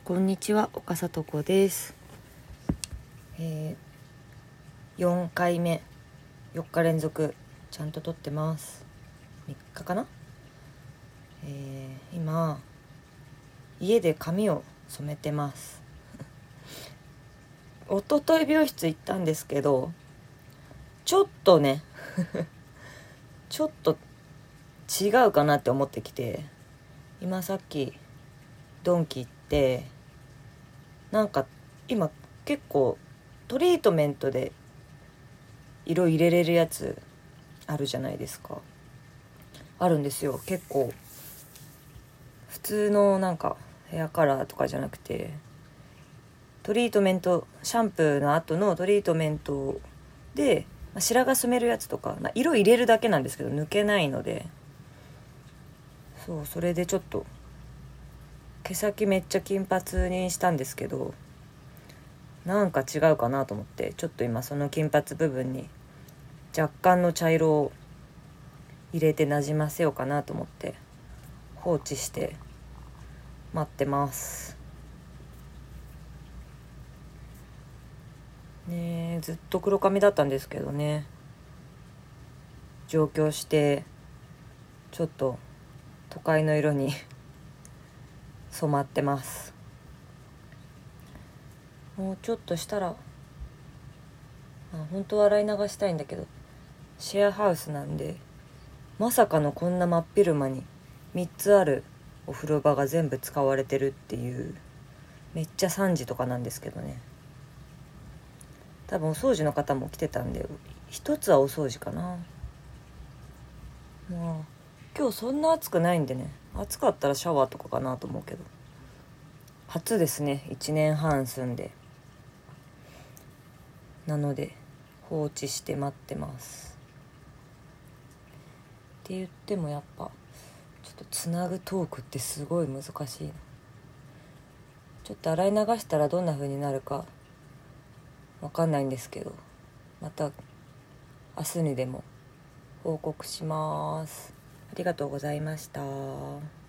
こんにちは、岡里子です。4回目、4日連続ちゃんと撮ってます。3日かな。今家で髪を染めてます。一昨日美容室行ったんですけど、ちょっとねちょっと違うかなって思ってきて、今さっきドンキ行って、なんか今結構トリートメントで色入れれるやつあるじゃないですか。あるんですよ。結構普通のなんかヘアカラーとかじゃなくて、トリートメント、シャンプーの後のトリートメントで白髪染めるやつとか、色入れるだけなんですけど抜けないので、それでちょっと毛先めっちゃ金髪にしたんですけど、なんか違うかなと思って、ちょっと今その金髪部分に若干の茶色を入れてなじませようかなと思って放置して待ってますね。ずっと黒髪だったんですけどね、上京してちょっと都会の色に染まってます。もうちょっとしたら、本当は洗い流したいんだけど、シェアハウスなんで、まさかのこんな真っ昼間に3つあるお風呂場が全部使われてるっていう、めっちゃ3時とかなんですけどね。多分お掃除の方も来てたんで、一つはお掃除かな。まあ今日そんな暑くないんでね、暑かったらシャワーとかかなと思うけど、初ですね、1年半住んで。なので放置して待ってます。って言ってもやっぱちょっとつなぐトークってすごい難しいな。ちょっと洗い流したらどんな風になるかわかんないんですけど、また明日にでも報告します。ありがとうございました。